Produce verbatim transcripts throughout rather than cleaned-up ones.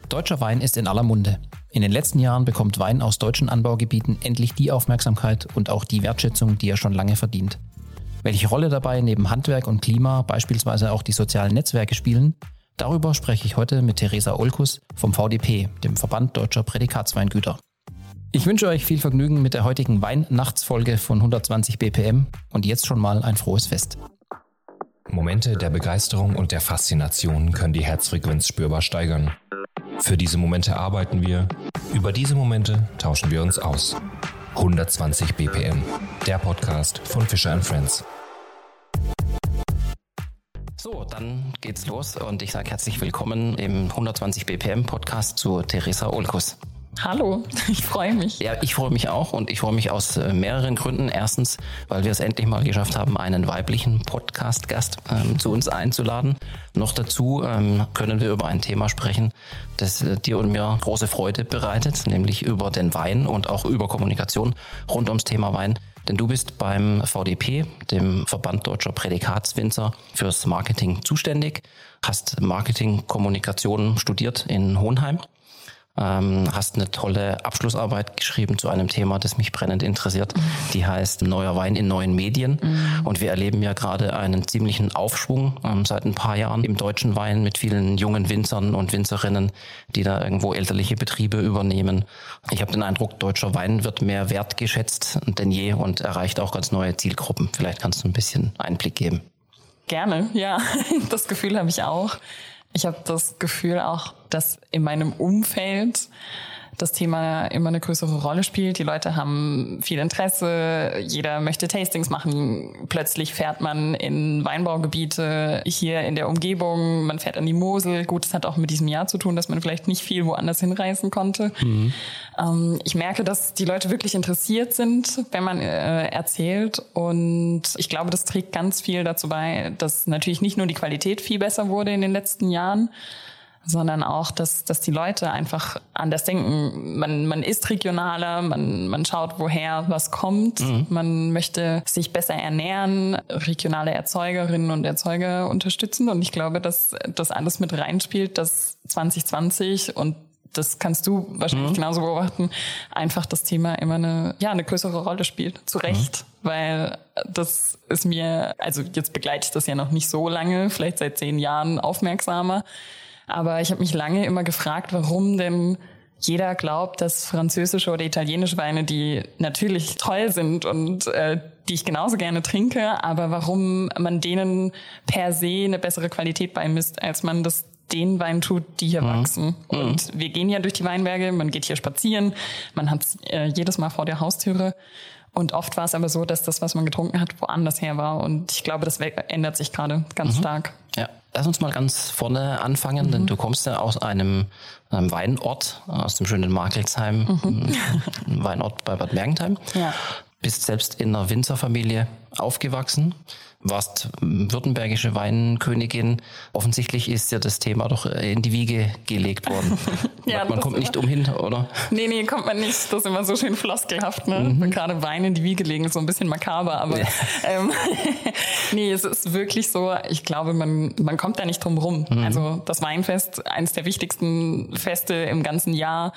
Deutscher Wein ist in aller Munde. In den letzten Jahren bekommt Wein aus deutschen Anbaugebieten endlich die Aufmerksamkeit und auch die Wertschätzung, die er schon lange verdient. Welche Rolle dabei neben Handwerk und Klima beispielsweise auch die sozialen Netzwerke spielen, darüber spreche ich heute mit Theresa Olkus vom V D P, dem Verband Deutscher Prädikatsweingüter. Ich wünsche euch viel Vergnügen mit der heutigen Weinnachtsfolge von hundertzwanzig B P M und jetzt schon mal ein frohes Fest. Momente der Begeisterung und der Faszination können die Herzfrequenz spürbar steigern. Für diese Momente arbeiten wir, über diese Momente tauschen wir uns aus. hundertzwanzig B P M, der Podcast von Fischer and Friends. So, dann geht's los und ich sage herzlich willkommen im hundertzwanzig B P M Podcast zu Theresa Olkus. Hallo, ich freue mich. Ja, ich freue mich auch und ich freue mich aus äh, mehreren Gründen. Erstens, weil wir es endlich mal geschafft haben, einen weiblichen Podcast-Gast ähm, zu uns einzuladen. Noch dazu ähm, können wir über ein Thema sprechen, das äh, dir und mir große Freude bereitet, nämlich über den Wein und auch über Kommunikation rund ums Thema Wein. Denn du bist beim V D P, dem Verband Deutscher Prädikatswinzer, fürs Marketing zuständig, hast Marketing-Kommunikation studiert in Hohenheim. Ähm, hast eine tolle Abschlussarbeit geschrieben zu einem Thema, das mich brennend interessiert. Die heißt Neuer Wein in neuen Medien. Mhm. Und wir erleben ja gerade einen ziemlichen Aufschwung ähm, seit ein paar Jahren im deutschen Wein mit vielen jungen Winzern und Winzerinnen, die da irgendwo elterliche Betriebe übernehmen. Ich habe den Eindruck, deutscher Wein wird mehr wertgeschätzt denn je und erreicht auch ganz neue Zielgruppen. Vielleicht kannst du ein bisschen Einblick geben. Gerne, ja. Das Gefühl habe ich auch. Ich habe das Gefühl auch, dass in meinem Umfeld das Thema immer eine größere Rolle spielt. Die Leute haben viel Interesse, jeder möchte Tastings machen. Plötzlich fährt man in Weinbaugebiete hier in der Umgebung, man fährt an die Mosel. Gut, das hat auch mit diesem Jahr zu tun, dass man vielleicht nicht viel woanders hinreisen konnte. Mhm. Ähm, ich merke, dass die Leute wirklich interessiert sind, wenn man äh, erzählt. Und ich glaube, das trägt ganz viel dazu bei, dass natürlich nicht nur die Qualität viel besser wurde in den letzten Jahren, sondern auch, dass, dass die Leute einfach anders denken. Man, man ist regionaler, man, man schaut, woher was kommt. Mhm. Man möchte sich besser ernähren, regionale Erzeugerinnen und Erzeuger unterstützen. Und ich glaube, dass das alles mit reinspielt, dass zwanzig zwanzig, und das kannst du wahrscheinlich mhm. genauso beobachten, einfach das Thema immer eine, ja, eine größere Rolle spielt. Zu Recht. Mhm. Weil das ist mir, also jetzt begleite ich das ja noch nicht so lange, vielleicht seit zehn Jahren aufmerksamer. Aber ich habe mich lange immer gefragt, warum denn jeder glaubt, dass französische oder italienische Weine, die natürlich toll sind und äh, die ich genauso gerne trinke, aber warum man denen per se eine bessere Qualität beimisst, als man das den Wein tut, die hier mhm. wachsen. Und mhm. wir gehen ja durch die Weinberge, man geht hier spazieren, man hat äh, jedes Mal vor der Haustüre. Und oft war es aber so, dass das, was man getrunken hat, woanders her war. Und ich glaube, das ändert sich gerade ganz mhm. stark. Ja, lass uns mal ganz vorne anfangen, mhm. denn du kommst ja aus einem, einem Weinort, aus dem schönen Markelsheim, mhm. ein Weinort bei Bad Mergentheim. Ja. Bist selbst in einer Winzerfamilie aufgewachsen, warst württembergische Weinkönigin. Offensichtlich ist ja das Thema doch in die Wiege gelegt worden. ja, man kommt nicht umhin, oder? Nee, nee, kommt man nicht. Das ist immer so schön floskelhaft, ne? Mhm. Gerade Wein in die Wiege legen ist so ein bisschen makaber, aber ja. ähm, nee, es ist wirklich so, ich glaube, man, man kommt da nicht drum rum. Mhm. Also das Weinfest, eines der wichtigsten Feste im ganzen Jahr.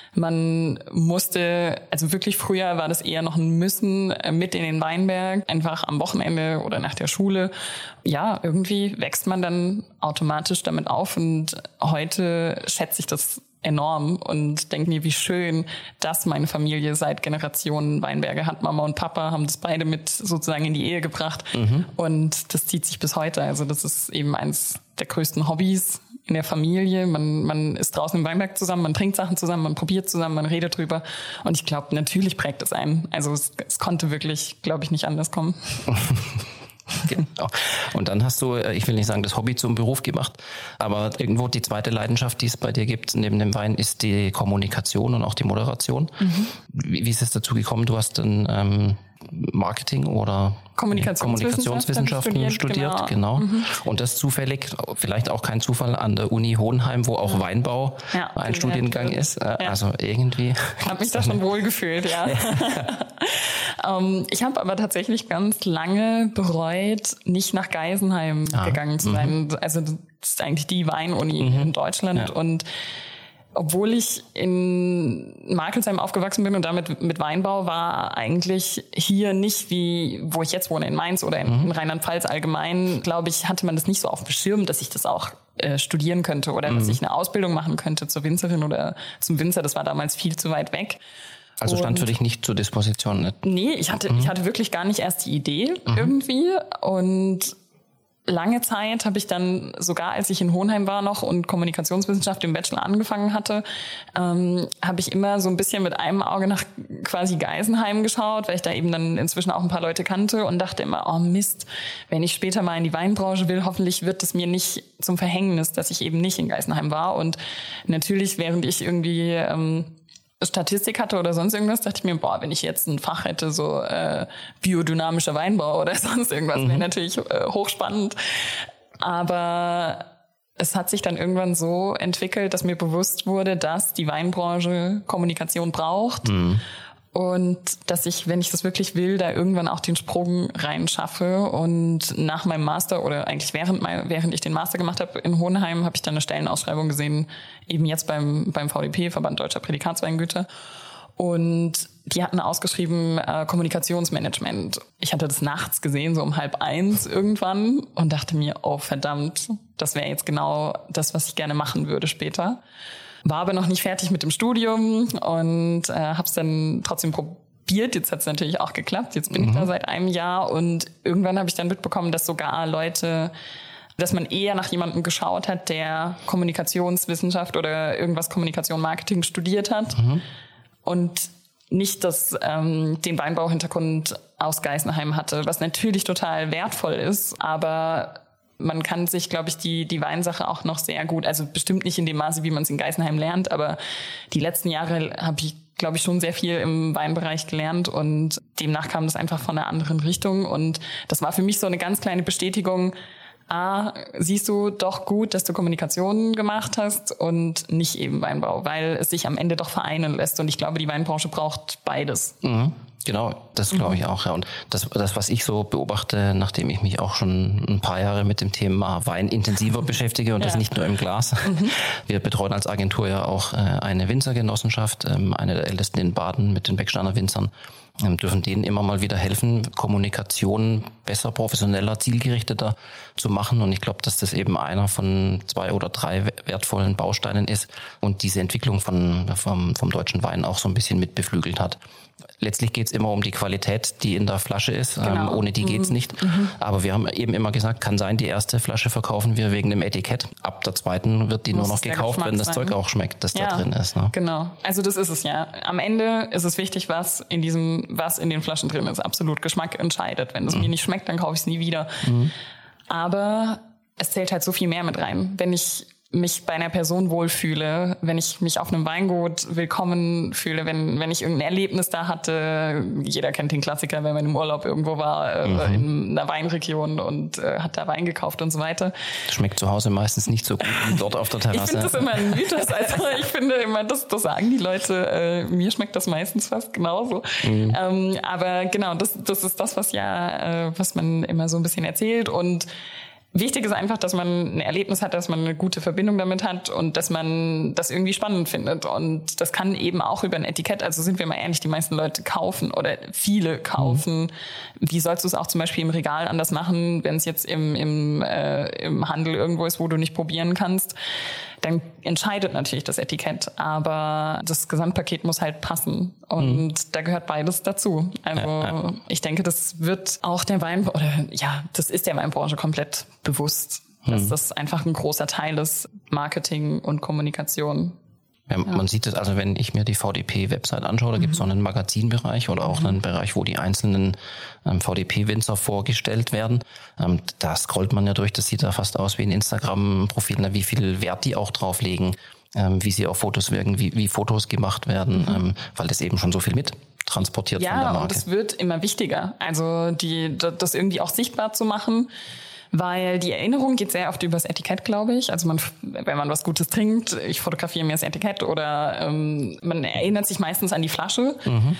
Man musste, also wirklich früher war das eher noch ein Müssen mit in den Weinberg, einfach am Wochenende oder nach der Schule. Ja, irgendwie wächst man dann automatisch damit auf und heute schätze ich das enorm und denke mir, wie schön, dass meine Familie seit Generationen Weinberge hat. Mama und Papa haben das beide mit sozusagen in die Ehe gebracht mhm. und das zieht sich bis heute. Also das ist eben eines der größten Hobbys in der Familie. Man, man ist draußen im Weinberg zusammen, man trinkt Sachen zusammen, man probiert zusammen, man redet drüber. Und ich glaube, natürlich prägt es einen. Also es, es konnte wirklich, glaube ich, nicht anders kommen. Genau. Und dann hast du, ich will nicht sagen, das Hobby zum Beruf gemacht, aber irgendwo die zweite Leidenschaft, die es bei dir gibt, neben dem Wein, ist die Kommunikation und auch die Moderation. Mhm. Wie, wie ist es dazu gekommen? Du hast dann ähm, Marketing oder Kommunikationswissenschaften, Kommunikationswissenschaften studiert, studiert genau. genau. Mhm. Und das zufällig, vielleicht auch kein Zufall, an der Uni Hohenheim, wo auch Weinbau ja, ein Studiengang ja. ist. Ja. Also irgendwie. Ich habe mich da schon wohl gefühlt, ja. ja. um, ich habe aber tatsächlich ganz lange bereut, nicht nach Geisenheim ah. gegangen zu sein. Mhm. Also das ist eigentlich die Weinuni mhm. in Deutschland ja. und obwohl ich in Markelsheim aufgewachsen bin und damit mit Weinbau, war eigentlich hier nicht wie, wo ich jetzt wohne, in Mainz oder in, mhm. in Rheinland-Pfalz allgemein, glaube ich, hatte man das nicht so auf dem Schirm, dass ich das auch äh, studieren könnte oder mhm. dass ich eine Ausbildung machen könnte zur Winzerin oder zum Winzer. Das war damals viel zu weit weg. Also stand und, für dich nicht zur Disposition? Ne? Nee, ich hatte, mhm. ich hatte wirklich gar nicht erst die Idee mhm. irgendwie und lange Zeit habe ich dann, sogar als ich in Hohenheim war noch und Kommunikationswissenschaft im Bachelor angefangen hatte, ähm, habe ich immer so ein bisschen mit einem Auge nach quasi Geisenheim geschaut, weil ich da eben dann inzwischen auch ein paar Leute kannte und dachte immer, oh Mist, wenn ich später mal in die Weinbranche will, hoffentlich wird es mir nicht zum Verhängnis, dass ich eben nicht in Geisenheim war. Und natürlich, während ich irgendwie ähm, Statistik hatte oder sonst irgendwas, dachte ich mir, boah, wenn ich jetzt ein Fach hätte, so äh, biodynamischer Weinbau oder sonst irgendwas, mhm. wäre natürlich äh, hochspannend. Aber es hat sich dann irgendwann so entwickelt, dass mir bewusst wurde, dass die Weinbranche Kommunikation braucht. Mhm. Und dass ich, wenn ich das wirklich will, da irgendwann auch den Sprung rein schaffe. Und nach meinem Master oder eigentlich während mein, während ich den Master gemacht habe in Hohenheim, habe ich dann eine Stellenausschreibung gesehen, eben jetzt beim beim V D P, Verband Deutscher Prädikatsweingüter. Und die hatten ausgeschrieben äh, Kommunikationsmanagement. Ich hatte das nachts gesehen, so um halb eins irgendwann und dachte mir, oh verdammt, das wäre jetzt genau das, was ich gerne machen würde später. War aber noch nicht fertig mit dem Studium und äh, habe es dann trotzdem probiert. Jetzt hat es natürlich auch geklappt. Jetzt bin mhm. ich da seit einem Jahr und irgendwann habe ich dann mitbekommen, dass sogar Leute, dass man eher nach jemandem geschaut hat, der Kommunikationswissenschaft oder irgendwas Kommunikation, Marketing studiert hat mhm. und nicht das, ähm, den Weinbauhintergrund aus Geisenheim hatte, was natürlich total wertvoll ist, aber man kann sich, glaube ich, die die Weinsache auch noch sehr gut, also bestimmt nicht in dem Maße, wie man es in Geisenheim lernt, aber die letzten Jahre habe ich, glaube ich, schon sehr viel im Weinbereich gelernt und demnach kam das einfach von einer anderen Richtung und das war für mich so eine ganz kleine Bestätigung, ah, siehst du doch gut, dass du Kommunikation gemacht hast und nicht eben Weinbau, weil es sich am Ende doch vereinen lässt und ich glaube, die Weinbranche braucht beides. Mhm. Genau, das glaube ich auch, ja. Und das, das, was ich so beobachte, nachdem ich mich auch schon ein paar Jahre mit dem Thema Wein intensiver beschäftige und ja. das nicht nur im Glas. Mhm. Wir betreuen als Agentur ja auch eine Winzergenossenschaft, eine der ältesten in Baden mit den Becksteiner Winzern. Dürfen denen immer mal wieder helfen, Kommunikation besser, professioneller, zielgerichteter zu machen. Und ich glaube, dass das eben einer von zwei oder drei wertvollen Bausteinen ist und diese Entwicklung von, vom, vom deutschen Wein auch so ein bisschen mit beflügelt hat. Letztlich geht's immer um die Qualität, die in der Flasche ist. Genau. Ähm, ohne die geht's mhm. nicht. Mhm. Aber wir haben eben immer gesagt, kann sein, die erste Flasche verkaufen wir wegen dem Etikett. Ab der zweiten wird die Muss nur noch gekauft, wenn das sein. Zeug auch schmeckt, das ja, da drin ist. Ne? Genau. Also das ist es ja. Am Ende ist es wichtig, was in diesem, was in den Flaschen drin ist. Absolut. Geschmack entscheidet. Wenn es mhm. mir nicht schmeckt, dann kaufe ich es nie wieder. Mhm. Aber es zählt halt so viel mehr mit rein. Wenn ich mich bei einer Person wohlfühle, wenn ich mich auf einem Weingut willkommen fühle, wenn wenn ich irgendein Erlebnis da hatte. Jeder kennt den Klassiker, wenn man im Urlaub irgendwo war, mhm. äh, in einer Weinregion und äh, hat da Wein gekauft und so weiter. Schmeckt zu Hause meistens nicht so gut wie dort auf der Terrasse. Ich finde das immer ein Mythos. Also ich finde immer, das, das sagen die Leute, äh, mir schmeckt das meistens fast genauso. Mhm. Ähm, aber genau, das, das ist das, was ja, äh, was man immer so ein bisschen erzählt und wichtig ist einfach, dass man ein Erlebnis hat, dass man eine gute Verbindung damit hat und dass man das irgendwie spannend findet. Und das kann eben auch über ein Etikett, also sind wir mal ehrlich, die meisten Leute kaufen oder viele kaufen. Mhm. Wie sollst du es auch zum Beispiel im Regal anders machen, wenn es jetzt im, im, äh, im Handel irgendwo ist, wo du nicht probieren kannst? Dann entscheidet natürlich das Etikett, aber das Gesamtpaket muss halt passen und mhm. da gehört beides dazu. Also ja, ja. ich denke, das wird auch der Wein oder ja, das ist der Weinbranche komplett bewusst, dass mhm. das einfach ein großer Teil ist, Marketing und Kommunikation. Ja, ja. Man sieht es, also wenn ich mir die V D P-Website anschaue, da mhm. gibt es so einen Magazinbereich oder auch mhm. einen Bereich, wo die einzelnen ähm, V D P-Winzer vorgestellt werden. Ähm, da scrollt man ja durch, das sieht ja fast aus wie ein Instagram-Profil, wie viel Wert die auch drauflegen, ähm, wie sie auf Fotos wirken, wie, wie Fotos gemacht werden, mhm. ähm, weil das eben schon so viel mit transportiert ja, von der Marke. Ja, und es wird immer wichtiger, also die das irgendwie auch sichtbar zu machen. Weil die Erinnerung geht sehr oft übers Etikett, glaube ich. Also man, wenn man was Gutes trinkt, ich fotografiere mir das Etikett oder ähm, man erinnert sich meistens an die Flasche. Mhm.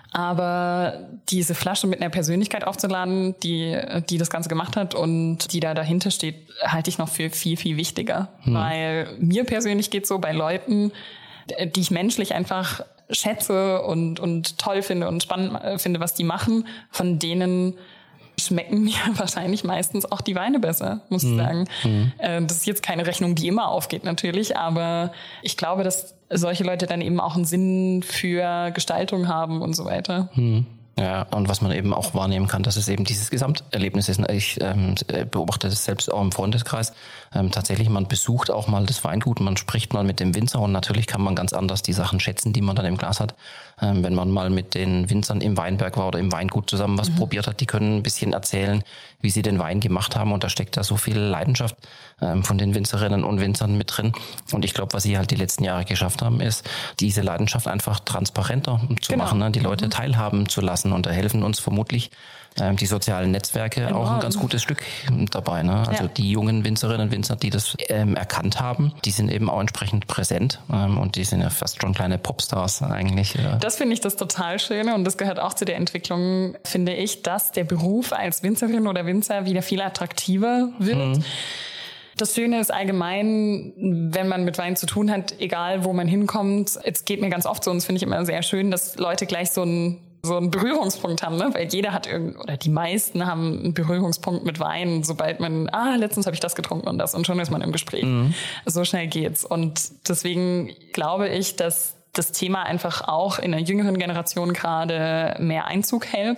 Aber diese Flasche mit einer Persönlichkeit aufzuladen, die die das Ganze gemacht hat und die da dahinter steht, halte ich noch für viel, viel wichtiger. Mhm. Weil mir persönlich geht so bei Leuten, die ich menschlich einfach schätze und, und toll finde und spannend finde, was die machen, von denen schmecken mir wahrscheinlich meistens auch die Weine besser, muss ich mhm. sagen. Mhm. Das ist jetzt keine Rechnung, die immer aufgeht natürlich, aber ich glaube, dass solche Leute dann eben auch einen Sinn für Gestaltung haben und so weiter. Mhm. Ja, und was man eben auch wahrnehmen kann, dass es eben dieses Gesamterlebnis ist. Ich ähm, beobachte das selbst auch im Freundeskreis. Ähm, tatsächlich, man besucht auch mal das Weingut, man spricht mal mit dem Winzer und natürlich kann man ganz anders die Sachen schätzen, die man dann im Glas hat. Ähm, wenn man mal mit den Winzern im Weinberg war oder im Weingut zusammen was mhm. probiert hat, die können ein bisschen erzählen, wie sie den Wein gemacht haben und da steckt da so viel Leidenschaft ähm, von den Winzerinnen und Winzern mit drin. Und ich glaube, was sie halt die letzten Jahre geschafft haben, ist, diese Leidenschaft einfach transparenter zu genau. machen, ne? Die Leute mhm. teilhaben zu lassen. Und da helfen uns vermutlich ähm, die sozialen Netzwerke genau. auch ein ganz gutes Stück dabei. Ne? Also ja. die jungen Winzerinnen und Winzer, die das ähm, erkannt haben, die sind eben auch entsprechend präsent ähm, und die sind ja fast schon kleine Popstars eigentlich. Ja. Das finde ich das total Schöne und das gehört auch zu der Entwicklung, finde ich, dass der Beruf als Winzerin oder Winzer wieder viel attraktiver wird. Mhm. Das Schöne ist allgemein, wenn man mit Wein zu tun hat, egal wo man hinkommt, es geht mir ganz oft so und das finde ich immer sehr schön, dass Leute gleich so ein so einen Berührungspunkt haben, ne? Weil jeder hat irgend oder die meisten haben einen Berührungspunkt mit Wein, sobald man, ah, letztens habe ich das getrunken und das und schon ist man im Gespräch. Mhm. So schnell geht's. Und deswegen glaube ich, dass das Thema einfach auch in der jüngeren Generation gerade mehr Einzug hält.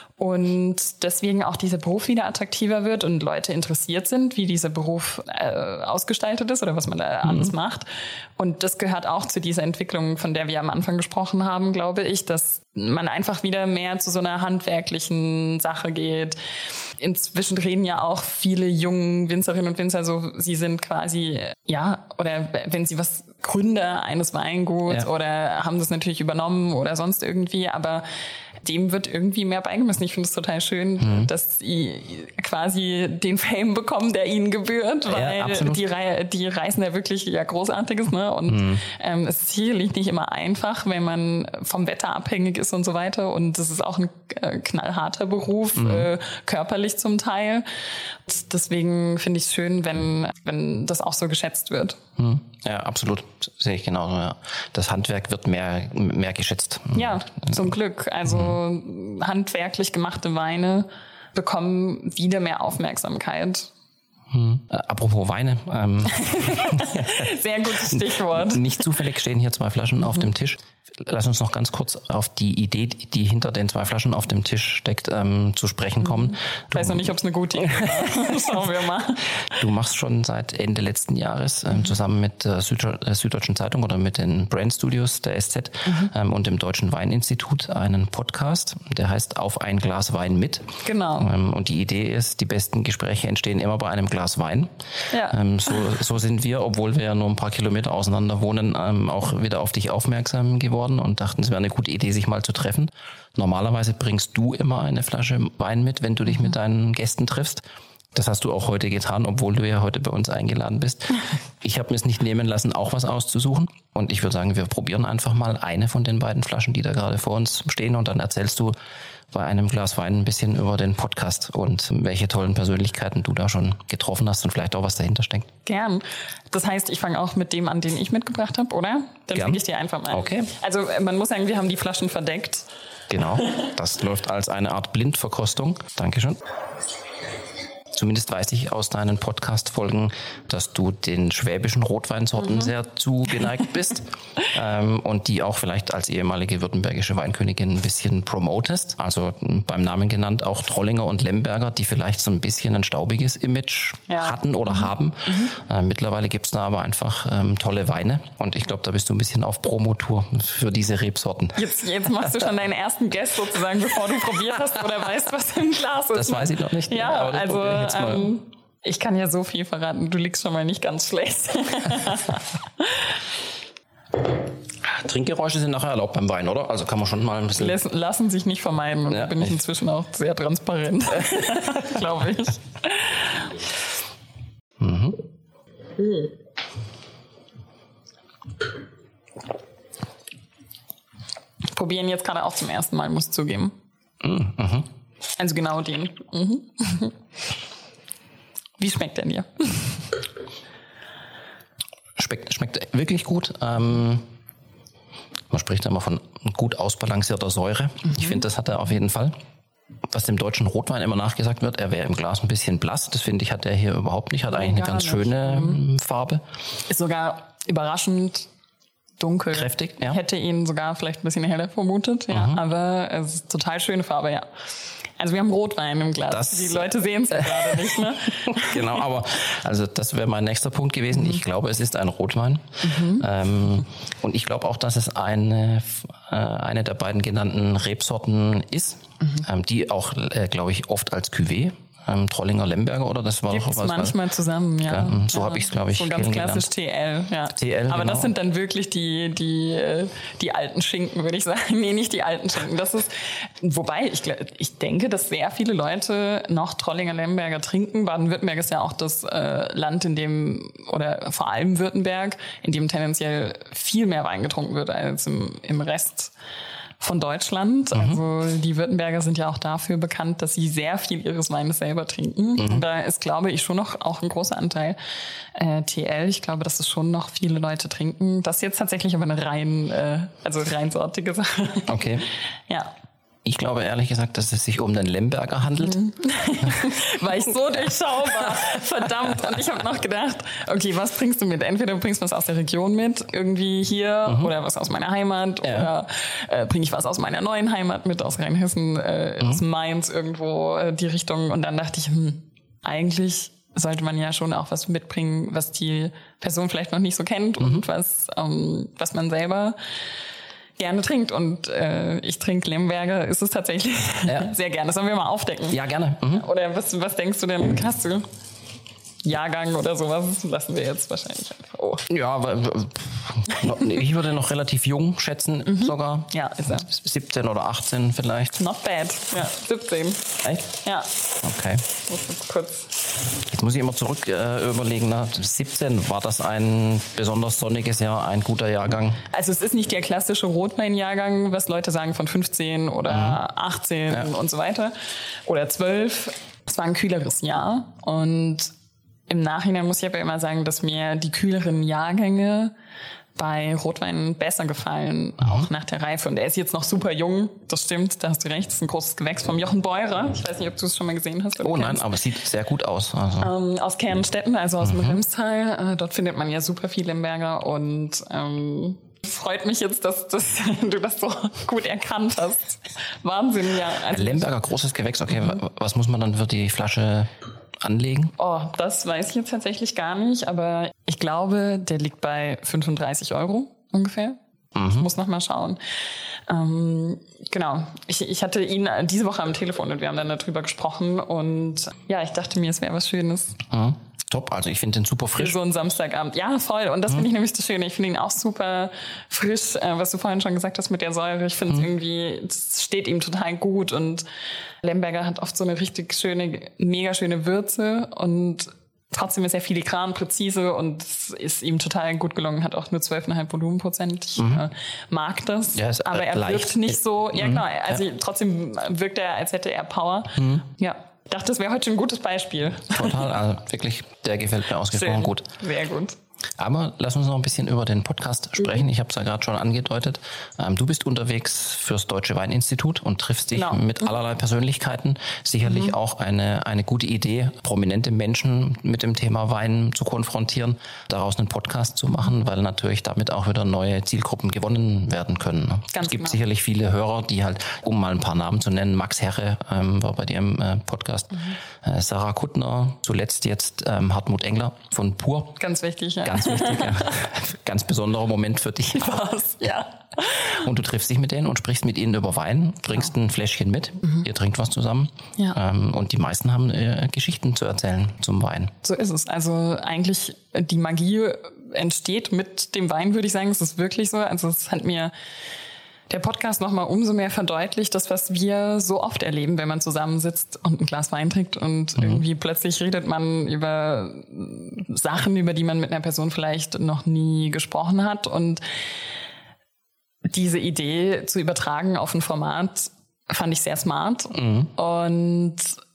Und deswegen auch dieser Beruf wieder attraktiver wird und Leute interessiert sind, wie dieser Beruf äh, ausgestaltet ist oder was man da mhm. alles macht. Und das gehört auch zu dieser Entwicklung, von der wir am Anfang gesprochen haben, glaube ich, dass man einfach wieder mehr zu so einer handwerklichen Sache geht. Inzwischen reden ja auch viele jungen Winzerinnen und Winzer so, sie sind quasi, ja, oder wenn sie was Gründer eines Weinguts ja. oder haben das natürlich übernommen oder sonst irgendwie, aber dem wird irgendwie mehr beigemessen. Ich finde es total schön, mhm. dass sie quasi den Fame bekommen, der ihnen gebührt, weil ja, die, Re- die reißen ja wirklich ja Großartiges, ne? Und mhm. ähm, es ist sicherlich nicht immer einfach, wenn man vom Wetter abhängig ist und so weiter. Und das ist auch ein äh, knallharter Beruf, mhm. äh, körperlich zum Teil. Und deswegen finde ich es schön, wenn, wenn das auch so geschätzt wird. Mhm. Ja, absolut. Sehe ich genauso, ja. Das Handwerk wird mehr, mehr geschätzt. Ja, zum Glück. Also mhm. handwerklich gemachte Weine bekommen wieder mehr Aufmerksamkeit. Hm. Äh, apropos Weine. Ähm, Sehr gutes Stichwort. Nicht zufällig stehen hier zwei Flaschen mhm. auf dem Tisch. Lass uns noch ganz kurz auf die Idee, die hinter den zwei Flaschen auf dem Tisch steckt, ähm, zu sprechen kommen. Ich weiß noch nicht, ob es eine gute Idee ist. Schauen wir mal. Du machst schon seit Ende letzten Jahres ähm, zusammen mit der Süd- Süddeutschen Zeitung oder mit den Brand Studios der S Z mhm. ähm, und dem Deutschen Weininstitut einen Podcast, der heißt Auf ein Glas Wein mit. Genau. Ähm, und die Idee ist, die besten Gespräche entstehen immer bei einem Glas Wein. Ja. Ähm, so, so sind wir, obwohl wir ja nur ein paar Kilometer auseinander wohnen, ähm, auch wieder auf dich aufmerksam geworden und dachten, es wäre eine gute Idee, sich mal zu treffen. Normalerweise bringst du immer eine Flasche Wein mit, wenn du dich mit deinen Gästen triffst. Das hast du auch heute getan, obwohl du ja heute bei uns eingeladen bist. Ich habe mir es nicht nehmen lassen, auch was auszusuchen. Und ich würde sagen, wir probieren einfach mal eine von den beiden Flaschen, die da gerade vor uns stehen. Und dann erzählst du bei einem Glas Wein ein bisschen über den Podcast und welche tollen Persönlichkeiten du da schon getroffen hast und vielleicht auch was dahinter steckt. Gern. Das heißt, ich fange auch mit dem an, den ich mitgebracht habe, oder? Dann Gern. Fliege ich dir einfach mal. Okay. Also man muss sagen, wir haben die Flaschen verdeckt. Genau. Das läuft als eine Art Blindverkostung. Dankeschön. Zumindest weiß ich aus deinen Podcast-Folgen, dass du den schwäbischen Rotweinsorten mhm. sehr zugeneigt bist ähm, und die auch vielleicht als ehemalige württembergische Weinkönigin ein bisschen promotest. Also beim Namen genannt auch Trollinger und Lemberger, die vielleicht so ein bisschen ein staubiges Image ja. hatten oder mhm. haben. Mhm. Äh, mittlerweile gibt's da aber einfach ähm, tolle Weine und ich glaube, da bist du ein bisschen auf Promotour für diese Rebsorten. Jetzt, jetzt machst du schon deinen ersten Guess sozusagen, bevor du probiert hast oder weißt, was im Glas ist. Das weiß ich noch nicht. Ja, aber also Ähm, ich kann ja so viel verraten, du liegst schon mal nicht ganz schlecht. Trinkgeräusche sind nachher erlaubt beim Wein, oder? Also kann man schon mal ein bisschen... Lassen, lassen sich nicht vermeiden und ja, da bin ich inzwischen auch sehr transparent, glaube ich. Mhm. Mhm. Probieren jetzt gerade auch zum ersten Mal, muss ich zugeben. Mhm. Also genau den. Mhm. Wie schmeckt der dir? Schmeckt, schmeckt wirklich gut. Ähm, Man spricht immer von gut ausbalancierter Säure. Mhm. Ich finde, das hat er auf jeden Fall. Was dem deutschen Rotwein immer nachgesagt wird, er wäre im Glas ein bisschen blass. Das finde ich, hat er hier überhaupt nicht. Hat eigentlich eine ganz nicht. schöne mhm. Farbe. Ist sogar überraschend dunkel. Kräftig, ja. Hätte ihn sogar vielleicht ein bisschen heller vermutet, ja. Mhm. Aber es ist total schöne Farbe, ja. Also wir haben Rotwein im Glas. Das, die Leute sehen es gerade nicht, ne? Genau, aber also das wäre mein nächster Punkt gewesen. Mhm. Ich glaube, es ist ein Rotwein. Mhm. Ähm, und ich glaube auch, dass es eine, äh, eine der beiden genannten Rebsorten ist, mhm. ähm, die auch, äh, glaube ich, oft als Cuvée, ähm, Trollinger Lemberger, oder das war Gibt's auch was. manchmal was, zusammen, ja. ja so ja. habe ich es, glaube ich, so ganz klassisch T L, ja. T L, aber genau. Das sind dann wirklich die die die alten Schinken, würde ich sagen. Nee, nicht die alten Schinken. Das ist, wobei ich ich denke, dass sehr viele Leute noch Trollinger Lemberger trinken. Baden-Württemberg ist ja auch das äh, Land, in dem, oder vor allem Württemberg, in dem tendenziell viel mehr Wein getrunken wird als im, im Rest von Deutschland. Mhm. Also die Württemberger sind ja auch dafür bekannt, dass sie sehr viel ihres Weines selber trinken. Mhm. Da ist, glaube ich, schon noch auch ein großer Anteil äh, T L. Ich glaube, dass es schon noch viele Leute trinken. Das ist jetzt tatsächlich aber eine rein, äh, also reinsortige Sache. Okay. Ja. Ich glaube ehrlich gesagt, dass es sich um den Lemberger handelt. Mhm. War ich so durchschaubar. Verdammt. Und ich habe noch gedacht, okay, was bringst du mit? Entweder du bringst was aus der Region mit, irgendwie hier, mhm. oder was aus meiner Heimat, ja. oder äh, bringe ich was aus meiner neuen Heimat mit, aus Rheinhessen, äh, mhm. aus Mainz, irgendwo äh, die Richtung. Und dann dachte ich, hm, eigentlich sollte man ja schon auch was mitbringen, was die Person vielleicht noch nicht so kennt mhm. und was, ähm, was man selber gerne trinkt. Und äh, ich trinke Lemberger, ist es tatsächlich ja. sehr gerne. Das sollen wir mal aufdecken. Ja, gerne. Mhm. Oder was, was denkst du denn, hast du Jahrgang oder sowas? Lassen wir jetzt wahrscheinlich einfach. Oh. Ja, aber ich würde noch relativ jung schätzen, mhm. sogar. Ja, ist er. siebzehn oder achtzehn vielleicht. Not bad. Ja, siebzehn. Echt? Ja. Okay. Muss jetzt kurz. Jetzt muss ich immer zurück äh, überlegen. Na, siebzehn, war das ein besonders sonniges Jahr, ein guter Jahrgang? Also es ist nicht der klassische Rotwein-Jahrgang, was Leute sagen von fünfzehn oder mhm. achtzehn ja. und so weiter. Oder zwölf. Es war ein kühleres Jahr und im Nachhinein muss ich aber immer sagen, dass mir die kühleren Jahrgänge bei Rotwein besser gefallen, mhm. auch nach der Reife. Und er ist jetzt noch super jung, das stimmt, da hast du recht. Das ist ein großes Gewächs vom Jochen Beurer. Ich weiß nicht, ob du es schon mal gesehen hast. Oh nein, kennst. Aber es sieht sehr gut aus. Also. Ähm, aus Kernstetten, also aus mhm. dem Remstal. Äh, dort findet man ja super viel Lemberger und ähm, freut mich jetzt, dass, dass du das so gut erkannt hast. Wahnsinn, ja. Also Lemberger, großes Gewächs, okay. Mhm. Was muss man dann für die Flasche anlegen? Oh, das weiß ich jetzt tatsächlich gar nicht, aber ich glaube, der liegt bei fünfunddreißig Euro ungefähr. Mhm. Ich muss noch mal schauen. Ähm, genau, ich, ich hatte ihn diese Woche am Telefon und wir haben dann darüber gesprochen und ja, ich dachte mir, es wäre was Schönes. Mhm. Top, also ich finde den super frisch. Für so einen Samstagabend. Ja, voll. Und das mhm. finde ich nämlich das Schöne. Ich finde ihn auch super frisch, äh, was du vorhin schon gesagt hast mit der Säure. Ich finde es mhm. irgendwie, es steht ihm total gut. Und Lemberger hat oft so eine richtig schöne, mega schöne Würze und trotzdem ist er filigran, präzise und es ist ihm total gut gelungen. Hat auch nur zwölf Komma fünf Volumenprozent. Ich mhm. äh, mag das. Ja, ist, aber er leicht. wirkt nicht so, ja mhm. genau, also ja. trotzdem wirkt er, als hätte er Power. Mhm. Ja. Ich dachte, das wäre heute schon ein gutes Beispiel. Total, also wirklich, der gefällt mir ausgesprochen Schön. gut. Sehr gut. Aber lass uns noch ein bisschen über den Podcast sprechen. Ich habe es ja gerade schon angedeutet. Ähm, du bist unterwegs fürs Deutsche Weininstitut und triffst dich genau. mit allerlei Persönlichkeiten. Sicherlich mhm. auch eine, eine gute Idee, prominente Menschen mit dem Thema Wein zu konfrontieren, daraus einen Podcast zu machen, weil natürlich damit auch wieder neue Zielgruppen gewonnen werden können. Ganz es gibt genau. sicherlich viele Hörer, die halt, um mal ein paar Namen zu nennen, Max Herre ähm, war bei dir im äh, Podcast, mhm. äh, Sarah Kuttner, zuletzt jetzt ähm, Hartmut Engler von Pur. Ganz wichtig, ja. Ganz wichtig, ja. Ganz besonderer Moment für dich. Was? Ja. Und du triffst dich mit denen und sprichst mit ihnen über Wein, trinkst ein Fläschchen mit, mhm. ihr trinkt was zusammen. Ja. Ähm, und die meisten haben äh, Geschichten zu erzählen zum Wein. So ist es. Also eigentlich die Magie entsteht mit dem Wein, würde ich sagen. Es ist wirklich so. Also es hat mir der Podcast nochmal umso mehr verdeutlicht, das, was wir so oft erleben, wenn man zusammensitzt und ein Glas Wein trinkt und mhm. irgendwie plötzlich redet man über Sachen, über die man mit einer Person vielleicht noch nie gesprochen hat. Und diese Idee zu übertragen auf ein Format fand ich sehr smart. Mhm. Und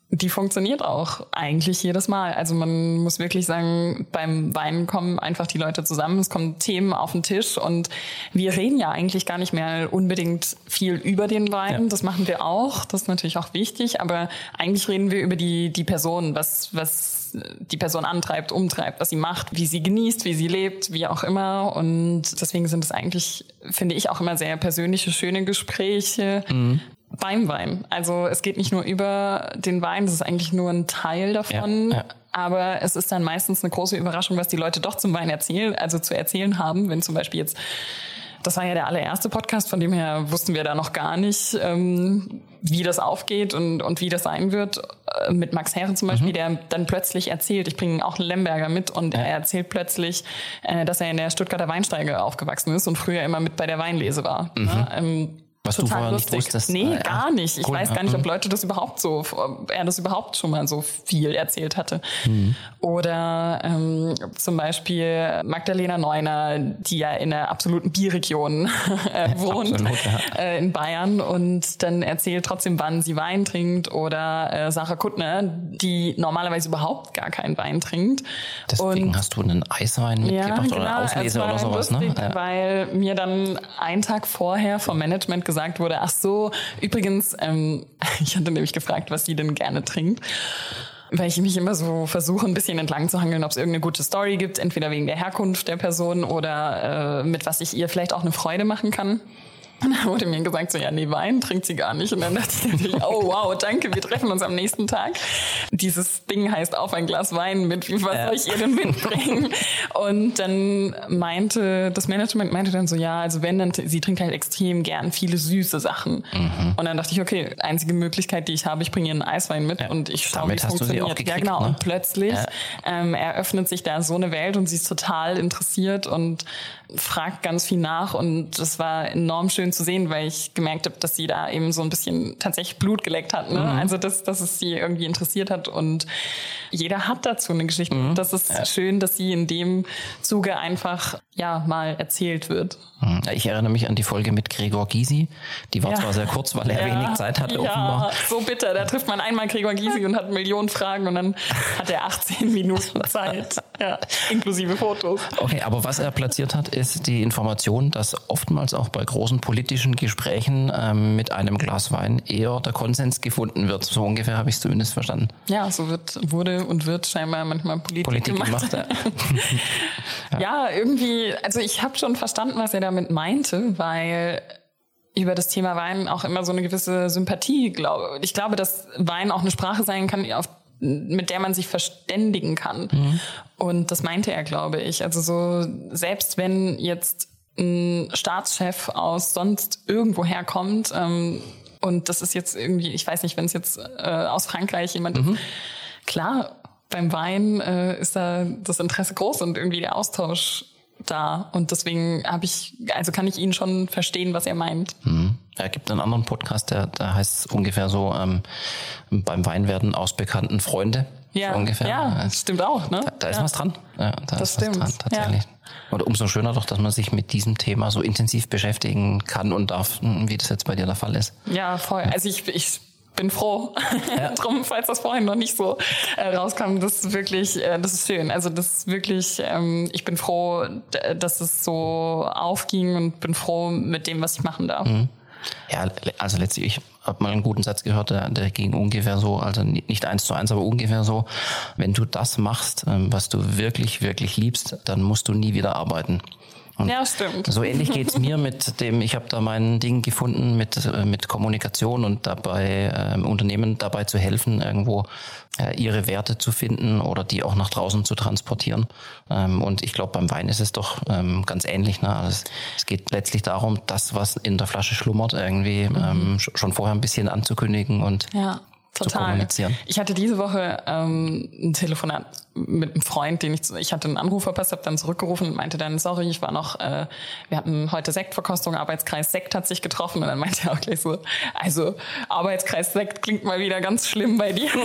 die funktioniert auch eigentlich jedes Mal. Also man muss wirklich sagen, beim Wein kommen einfach die Leute zusammen, es kommen Themen auf den Tisch und wir reden ja eigentlich gar nicht mehr unbedingt viel über den Wein. Ja. Das machen wir auch, das ist natürlich auch wichtig, aber eigentlich reden wir über die die Person, was was die Person antreibt, umtreibt, was sie macht, wie sie genießt, wie sie lebt, wie auch immer. Und deswegen sind es eigentlich, finde ich, auch immer sehr persönliche, schöne Gespräche. Mhm. Beim Wein. Also es geht nicht nur über den Wein, das ist eigentlich nur ein Teil davon, ja, ja. aber es ist dann meistens eine große Überraschung, was die Leute doch zum Wein erzählen, also zu erzählen haben, wenn zum Beispiel jetzt, das war ja der allererste Podcast, von dem her wussten wir da noch gar nicht, ähm, wie das aufgeht und, und wie das sein wird. Äh, mit Max Herre zum Beispiel, mhm. der dann plötzlich erzählt, ich bringe auch einen Lemberger mit und ja. er erzählt plötzlich, äh, dass er in der Stuttgarter Weinsteige aufgewachsen ist und früher immer mit bei der Weinlese war. Mhm. Ja, ähm, Was Total du vorher lustig. nicht wusstest. Nee, äh, gar nicht. Ich cool. weiß gar nicht, ob Leute das überhaupt so, ob er das überhaupt schon mal so viel erzählt hatte. Mhm. Oder ähm, zum Beispiel Magdalena Neuner, die ja in einer absoluten Bierregion äh, wohnt, Absolut, ja. äh, in Bayern und dann erzählt trotzdem, wann sie Wein trinkt. Oder äh, Sarah Kuttner, die normalerweise überhaupt gar keinen Wein trinkt. Deswegen und, hast du einen Eiswein mitgebracht ja, genau, oder Auslese oder sowas, lustig, ne? Ja. Weil mir dann einen Tag vorher vom Management gesagt gesagt wurde, ach so, übrigens, ähm, ich hatte nämlich gefragt, was sie denn gerne trinkt, weil ich mich immer so versuche, ein bisschen entlang zu hangeln, ob es irgendeine gute Story gibt, entweder wegen der Herkunft der Person oder äh, mit was ich ihr vielleicht auch eine Freude machen kann. Und dann wurde mir gesagt, so, ja, nee, Wein trinkt sie gar nicht. Und dann dachte ich natürlich, oh wow, danke, wir treffen uns am nächsten Tag. Dieses Ding heißt auf ein Glas Wein mit, was ja. soll ich ihr denn mitbringen? Und dann meinte, das Management meinte dann so, ja, also wenn, dann, sie trinkt halt extrem gern viele süße Sachen. Mhm. Und dann dachte ich, okay, einzige Möglichkeit, die ich habe, ich bringe ihr einen Eiswein mit ja. und ich schaue, wie es funktioniert. Gekriegt, ja, genau. Ne? Und plötzlich ja. ähm, eröffnet sich da so eine Welt und sie ist total interessiert und fragt ganz viel nach und das war enorm schön zu sehen, weil ich gemerkt habe, dass sie da eben so ein bisschen tatsächlich Blut geleckt hat. Ne? Mhm. Also, dass, dass es sie irgendwie interessiert hat und jeder hat dazu eine Geschichte. Mhm. Das ist ja. schön, dass sie in dem Zuge einfach ja mal erzählt wird. Ich erinnere mich an die Folge mit Gregor Gysi. Die war ja. zwar sehr kurz, weil er ja. wenig Zeit hatte, ja, offenbar. So bitter. Da trifft man einmal Gregor Gysi und hat Millionen Fragen und dann hat er achtzehn Minuten Zeit. Ja, inklusive Fotos. Okay, aber was er platziert hat, ist die Information, dass oftmals auch bei großen politischen Gesprächen ähm, mit einem Glas Wein eher der Konsens gefunden wird. So ungefähr habe ich es zumindest verstanden. Ja, so wird, wurde und wird scheinbar manchmal Politik, Politik gemacht. gemacht ja. ja, irgendwie, also ich habe schon verstanden, was er damit meinte, weil über das Thema Wein auch immer so eine gewisse Sympathie, glaube ich. glaube, dass Wein auch eine Sprache sein kann, auf, mit der man sich verständigen kann. Mhm. Und das meinte er, glaube ich. Also so, selbst wenn jetzt ein Staatschef aus sonst irgendwo herkommt, ähm, und das ist jetzt irgendwie, ich weiß nicht, wenn es jetzt äh, aus Frankreich jemand mhm. ist, klar, beim Wein äh, ist da das Interesse groß und irgendwie der Austausch da. Und deswegen habe ich, also kann ich ihn schon verstehen, was er meint. Mhm. Er gibt einen anderen Podcast, der, der heißt ungefähr so, ähm, beim Weinwerden aus bekannten Freunde. Ja, so ungefähr. Ja, das stimmt auch. Ne? Da, da ist ja. was dran. Ja, da das ist stimmt. was dran, tatsächlich. Ja. Und umso schöner doch, dass man sich mit diesem Thema so intensiv beschäftigen kann und darf, wie das jetzt bei dir der Fall ist. Ja, voll. Also ich, ich bin froh. Ja. Drum, falls das vorhin noch nicht so äh, rauskam, das ist wirklich, äh, das ist schön. Also das ist wirklich, ähm, ich bin froh, d- dass es so aufging und bin froh mit dem, was ich machen darf. Mhm. Ja, also letztlich, ich habe mal einen guten Satz gehört, der, der ging ungefähr so, also nicht eins zu eins, aber ungefähr so, wenn du das machst, was du wirklich, wirklich liebst, dann musst du nie wieder arbeiten. Und ja, stimmt. So ähnlich geht's mir mit dem, ich habe da mein Ding gefunden mit mit Kommunikation und dabei ähm, Unternehmen dabei zu helfen, irgendwo äh, ihre Werte zu finden oder die auch nach draußen zu transportieren. Ähm, und ich glaube, beim Wein ist es doch ähm, ganz ähnlich. Ne? Also es, es geht letztlich darum, das, was in der Flasche schlummert, irgendwie mhm. ähm, schon vorher ein bisschen anzukündigen und ja. Total. zu kommunizieren. Ich hatte diese Woche ähm, ein Telefonat mit einem Freund, den ich, ich hatte einen Anruf verpasst, habe dann zurückgerufen und meinte dann, sorry, ich war noch, äh, wir hatten heute Sektverkostung, Arbeitskreis Sekt hat sich getroffen und dann meinte er auch gleich so, also Arbeitskreis Sekt klingt mal wieder ganz schlimm bei dir.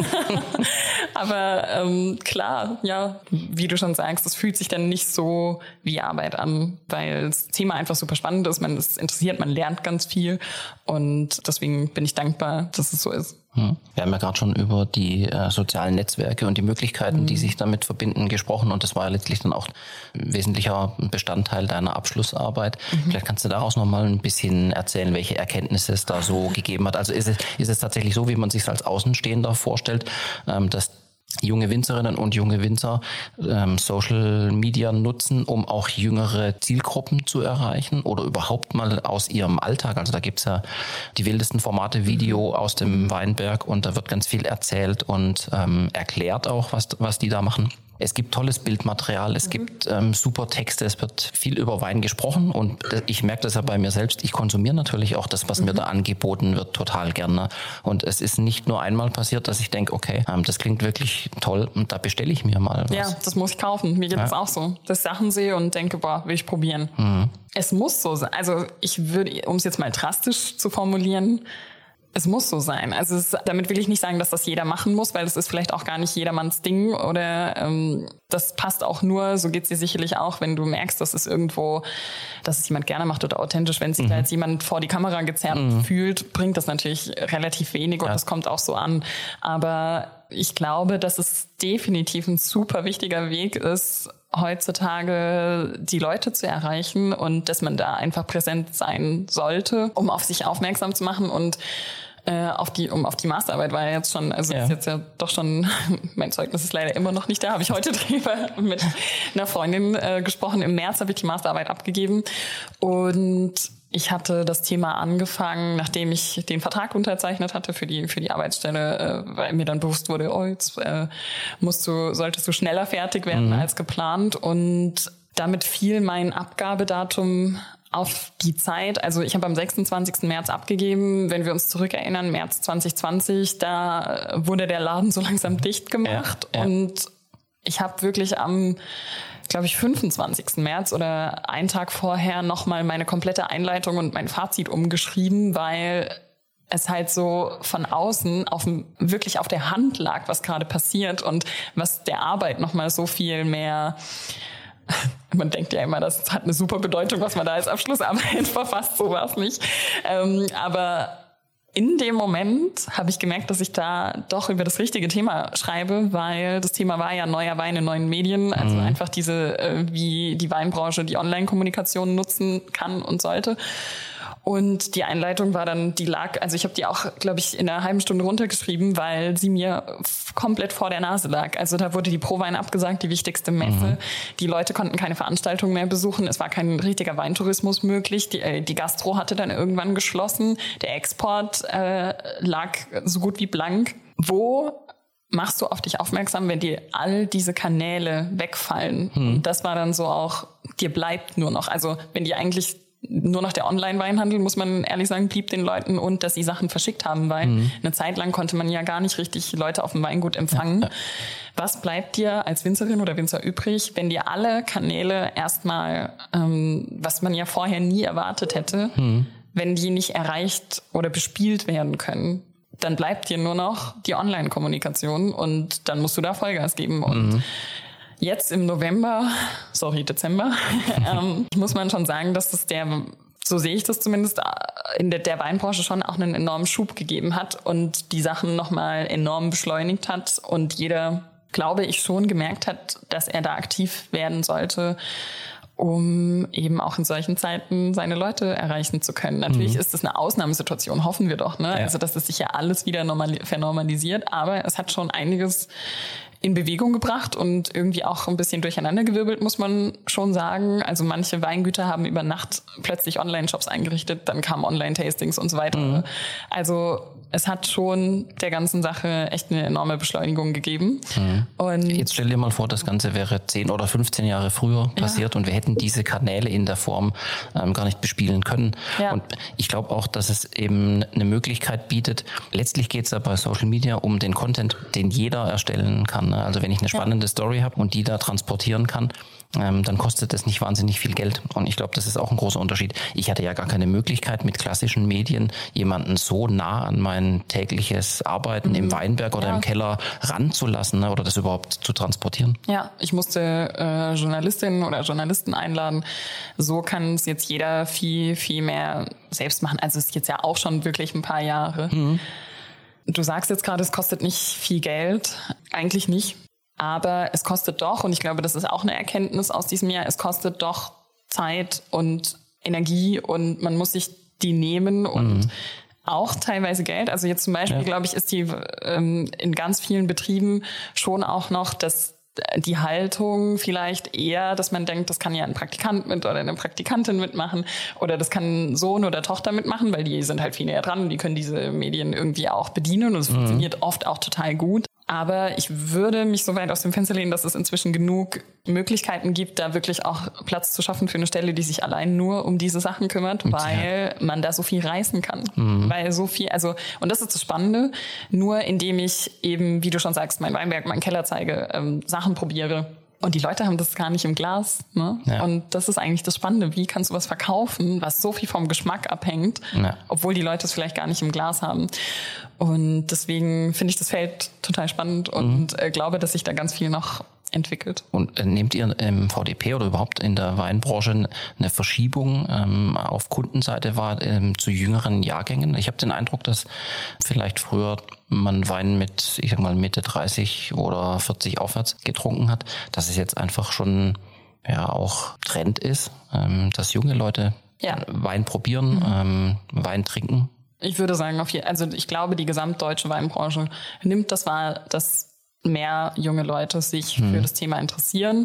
Aber ähm, klar, ja, wie du schon sagst, es fühlt sich dann nicht so wie Arbeit an, weil das Thema einfach super spannend ist, man ist interessiert, man lernt ganz viel und deswegen bin ich dankbar, dass es so ist. Wir haben ja gerade schon über die äh, sozialen Netzwerke und die Möglichkeiten, mhm. die sich damit verbinden, gesprochen und das war ja letztlich dann auch ein wesentlicher Bestandteil deiner Abschlussarbeit. Mhm. Vielleicht kannst du daraus noch mal ein bisschen erzählen, welche Erkenntnisse es da so gegeben hat. Also ist es, ist es tatsächlich so, wie man sich es als Außenstehender vorstellt, ähm, dass junge Winzerinnen und junge Winzer ähm, Social Media nutzen, um auch jüngere Zielgruppen zu erreichen oder überhaupt mal aus ihrem Alltag. Also da gibt's ja die wildesten Formate, Video aus dem Weinberg und da wird ganz viel erzählt und ähm, erklärt auch, was, was die da machen. Es gibt tolles Bildmaterial, es mhm. gibt ähm, super Texte, es wird viel über Wein gesprochen und ich merke das ja bei mir selbst. Ich konsumiere natürlich auch das, was mhm. mir da angeboten wird, total gerne. Und es ist nicht nur einmal passiert, dass ich denke, okay, ähm, das klingt wirklich toll und da bestelle ich mir mal was. Ja, das muss ich kaufen. Mir geht es ja. auch so, dass ich Sachen sehe und denke, boah, will ich probieren. Mhm. Es muss so sein. Also ich würde, um es jetzt mal drastisch zu formulieren, es muss so sein. Also es, damit will ich nicht sagen, dass das jeder machen muss, weil das ist vielleicht auch gar nicht jedermanns Ding oder ähm, das passt auch nur, so geht's dir sicherlich auch, wenn du merkst, dass es irgendwo, dass es jemand gerne macht oder authentisch, wenn sich mhm. da jetzt jemand vor die Kamera gezerrt mhm. fühlt, bringt das natürlich relativ wenig und ja. das kommt auch so an. Aber ich glaube, dass es definitiv ein super wichtiger Weg ist, heutzutage die Leute zu erreichen und dass man da einfach präsent sein sollte, um auf sich aufmerksam zu machen und äh, auf die, um auf die Masterarbeit war ja jetzt schon, also ja. ist jetzt ja doch schon, mein Zeugnis ist leider immer noch nicht da, habe ich heute drüber mit einer Freundin äh, gesprochen. Im März habe ich die Masterarbeit abgegeben und ich hatte das Thema angefangen, nachdem ich den Vertrag unterzeichnet hatte für die für die Arbeitsstelle, äh, weil mir dann bewusst wurde, oh, jetzt äh, musst du, solltest du schneller fertig werden mhm. als geplant. Und damit fiel mein Abgabedatum auf die Zeit. Also ich habe am sechsundzwanzigsten März abgegeben. Wenn wir uns zurückerinnern, März zwanzig zwanzig, da wurde der Laden so langsam dicht gemacht. Ja, ja. Und ich habe wirklich am glaube ich, fünfundzwanzigsten März oder einen Tag vorher nochmal meine komplette Einleitung und mein Fazit umgeschrieben, weil es halt so von außen auf, wirklich auf der Hand lag, was gerade passiert und was der Arbeit nochmal so viel mehr, man denkt ja immer, das hat eine super Bedeutung, was man da als Abschlussarbeit verfasst, so war es nicht. Ähm, aber in dem Moment habe ich gemerkt, dass ich da doch über das richtige Thema schreibe, weil das Thema war ja neuer Wein in neuen Medien, also mhm. einfach diese, äh, wie die Weinbranche die Online-Kommunikation nutzen kann und sollte. Und die Einleitung war dann, die lag, also ich habe die auch, glaube ich, in einer halben Stunde runtergeschrieben, weil sie mir f- komplett vor der Nase lag. Also da wurde die Prowein abgesagt, die wichtigste Messe. Mhm. Die Leute konnten keine Veranstaltungen mehr besuchen. Es war kein richtiger Weintourismus möglich. Die, äh, die Gastro hatte dann irgendwann geschlossen. Der Export äh, lag so gut wie blank. Wo machst du auf dich aufmerksam, wenn dir all diese Kanäle wegfallen? Mhm. Und das war dann so auch, dir bleibt nur noch, also wenn die eigentlich nur noch der Online-Weinhandel, muss man ehrlich sagen, blieb den Leuten und dass sie Sachen verschickt haben, weil mhm. eine Zeit lang konnte man ja gar nicht richtig Leute auf dem Weingut empfangen. Ja, ja. Was bleibt dir als Winzerin oder Winzer übrig, wenn dir alle Kanäle erstmal, ähm, was man ja vorher nie erwartet hätte, mhm. wenn die nicht erreicht oder bespielt werden können? Dann bleibt dir nur noch die Online-Kommunikation und dann musst du da Vollgas geben. Und mhm. jetzt im November, sorry, Dezember, ähm, muss man schon sagen, dass es der, so sehe ich das zumindest, in der, der Weinbranche schon auch einen enormen Schub gegeben hat und die Sachen nochmal enorm beschleunigt hat und jeder, glaube ich, schon gemerkt hat, dass er da aktiv werden sollte, um eben auch in solchen Zeiten seine Leute erreichen zu können. Natürlich mhm. ist es eine Ausnahmesituation, hoffen wir doch, ne? Ja. Also, dass es sich ja alles wieder normal, vernormalisiert, aber es hat schon einiges in Bewegung gebracht und irgendwie auch ein bisschen durcheinandergewirbelt, muss man schon sagen. Also manche Weingüter haben über Nacht plötzlich Online-Shops eingerichtet, dann kamen Online-Tastings und so weiter. Mhm. Also es hat schon der ganzen Sache echt eine enorme Beschleunigung gegeben. Mhm. Und jetzt stell dir mal vor, das Ganze wäre zehn oder fünfzehn Jahre früher passiert, ja, und wir hätten diese Kanäle in der Form ähm, gar nicht bespielen können. Ja. Und ich glaube auch, dass es eben eine Möglichkeit bietet. Letztlich geht es ja bei Social Media um den Content, den jeder erstellen kann. Also wenn ich eine spannende ja. Story habe und die da transportieren kann, ähm, dann kostet das nicht wahnsinnig viel Geld. Und ich glaube, das ist auch ein großer Unterschied. Ich hatte ja gar keine Möglichkeit, mit klassischen Medien jemanden so nah an mein tägliches Arbeiten mhm. im Weinberg oder ja. im Keller ranzulassen, ne, oder das überhaupt zu transportieren. Ja, ich musste äh, Journalistinnen oder Journalisten einladen. So kann es jetzt jeder viel, viel mehr selbst machen. Also es ist jetzt ja auch schon wirklich ein paar Jahre. Mhm. Du sagst jetzt gerade, es kostet nicht viel Geld. Eigentlich nicht. Aber es kostet doch, und ich glaube, das ist auch eine Erkenntnis aus diesem Jahr, es kostet doch Zeit und Energie und man muss sich die nehmen und mhm. auch teilweise Geld. Also jetzt zum Beispiel, ja. glaube ich, ist die ähm, in ganz vielen Betrieben schon auch noch das die Haltung vielleicht eher, dass man denkt, das kann ja ein Praktikant mit oder eine Praktikantin mitmachen oder das kann ein Sohn oder Tochter mitmachen, weil die sind halt viel näher dran und die können diese Medien irgendwie auch bedienen und es mhm. funktioniert oft auch total gut. Aber ich würde mich so weit aus dem Fenster lehnen, dass es inzwischen genug Möglichkeiten gibt, da wirklich auch Platz zu schaffen für eine Stelle, die sich allein nur um diese Sachen kümmert, weil ja. man da so viel reißen kann. Mhm. Weil so viel, also, und das ist das Spannende, nur indem ich eben, wie du schon sagst, mein Weinberg, meinen Keller zeige, ähm, Sachen probiere. Und die Leute haben das gar nicht im Glas. Ne? Ja. Und das ist eigentlich das Spannende. Wie kannst du was verkaufen, was so viel vom Geschmack abhängt, ja. obwohl die Leute es vielleicht gar nicht im Glas haben. Und deswegen finde ich das Feld total spannend und mhm. äh, glaube, dass sich da ganz viel noch entwickelt. Und äh, nehmt ihr im V D P oder überhaupt in der Weinbranche eine Verschiebung ähm, auf Kundenseite wahr ähm, zu jüngeren Jahrgängen? Ich habe den Eindruck, dass vielleicht früher man Wein mit, ich sag mal, Mitte dreißig oder vierzig aufwärts getrunken hat, dass es jetzt einfach schon ja auch Trend ist, ähm, dass junge Leute ja. Wein probieren, mhm. ähm, Wein trinken. Ich würde sagen, auf je, also ich glaube, die gesamtdeutsche Weinbranche nimmt das wahr, dass mehr junge Leute sich mhm. für das Thema interessieren.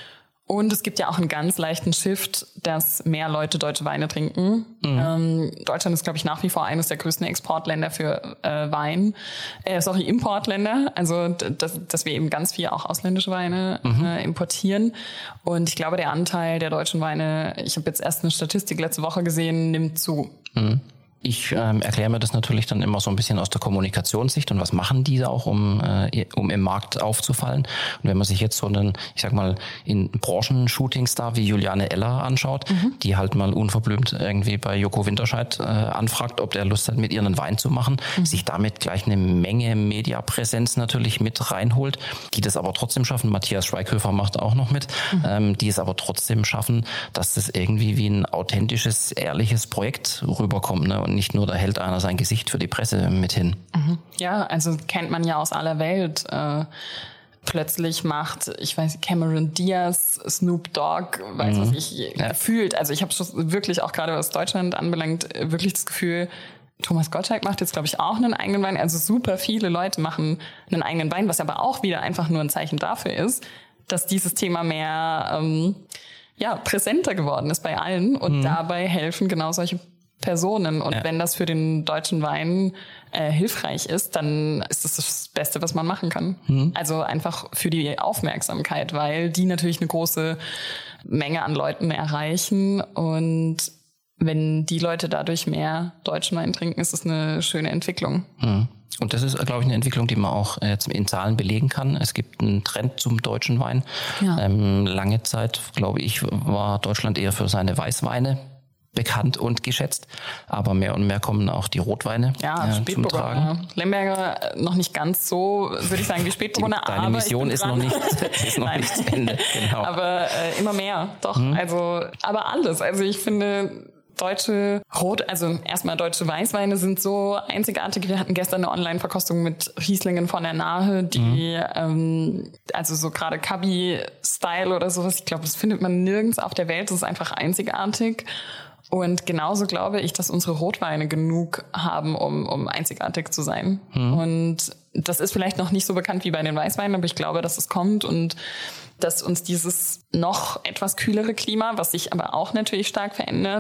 Und es gibt ja auch einen ganz leichten Shift, dass mehr Leute deutsche Weine trinken. Mhm. Ähm, Deutschland ist, glaube ich, nach wie vor eines der größten Exportländer für äh, Wein. Äh, sorry, Importländer. Also, dass, dass wir eben ganz viel auch ausländische Weine mhm. äh, importieren. Und ich glaube, der Anteil der deutschen Weine, ich habe jetzt erst eine Statistik letzte Woche gesehen, nimmt zu. Mhm. Ich ähm, erkläre mir das natürlich dann immer so ein bisschen aus der Kommunikationssicht und was machen diese auch, um äh, um im Markt aufzufallen. Und wenn man sich jetzt so einen, ich sag mal, in Branchenshootings da wie Juliane Eller anschaut, mhm. die halt mal unverblümt irgendwie bei Joko Winterscheid äh, anfragt, ob der Lust hat, mit ihr einen Wein zu machen, mhm. sich damit gleich eine Menge Mediapräsenz natürlich mit reinholt, die das aber trotzdem schaffen. Matthias Schweighöfer macht auch noch mit, mhm. ähm, die es aber trotzdem schaffen, dass das irgendwie wie ein authentisches, ehrliches Projekt rüberkommt, ne? Und nicht nur, da hält einer sein Gesicht für die Presse mit hin. Mhm. Ja, also kennt man ja aus aller Welt. Äh, plötzlich macht, ich weiß, Cameron Diaz, Snoop Dogg, weiß mhm. was ich, ja. gefühlt. Also ich habe schon wirklich auch gerade was Deutschland anbelangt, wirklich das Gefühl, Thomas Gottschalk macht jetzt, glaube ich, auch einen eigenen Wein. Also super viele Leute machen einen eigenen Wein, was aber auch wieder einfach nur ein Zeichen dafür ist, dass dieses Thema mehr ähm, ja präsenter geworden ist bei allen und mhm. dabei helfen genau solche Personen. Und ja. wenn das für den deutschen Wein äh, hilfreich ist, dann ist das das Beste, was man machen kann. Mhm. Also einfach für die Aufmerksamkeit, weil die natürlich eine große Menge an Leuten erreichen. Und wenn die Leute dadurch mehr deutschen Wein trinken, ist es eine schöne Entwicklung. Mhm. Und das ist, glaube ich, eine Entwicklung, die man auch jetzt in Zahlen belegen kann. Es gibt einen Trend zum deutschen Wein. Ja. Ähm, lange Zeit, glaube ich, war Deutschland eher für seine Weißweine bekannt und geschätzt, aber mehr und mehr kommen auch die Rotweine ja, äh, zum Tragen. Lemberger noch nicht ganz so, würde ich sagen, wie Spätburgunder. Die, deine aber Mission ist noch, nicht, ist noch nicht zu Ende. Genau. Aber äh, immer mehr, doch. Hm. Also, aber alles. Also ich finde, deutsche Rot, also erstmal deutsche Weißweine sind so einzigartig. Wir hatten gestern eine Online-Verkostung mit Rieslingen von der Nahe, die, mhm. ähm, also so gerade Cubby-Style oder sowas. Ich glaube, das findet man nirgends auf der Welt. Das ist einfach einzigartig. Und genauso glaube ich, dass unsere Rotweine genug haben, um, um einzigartig zu sein. Mhm. Und das ist vielleicht noch nicht so bekannt wie bei den Weißweinen, aber ich glaube, dass es kommt und dass uns dieses noch etwas kühlere Klima, was sich aber auch natürlich stark verändert,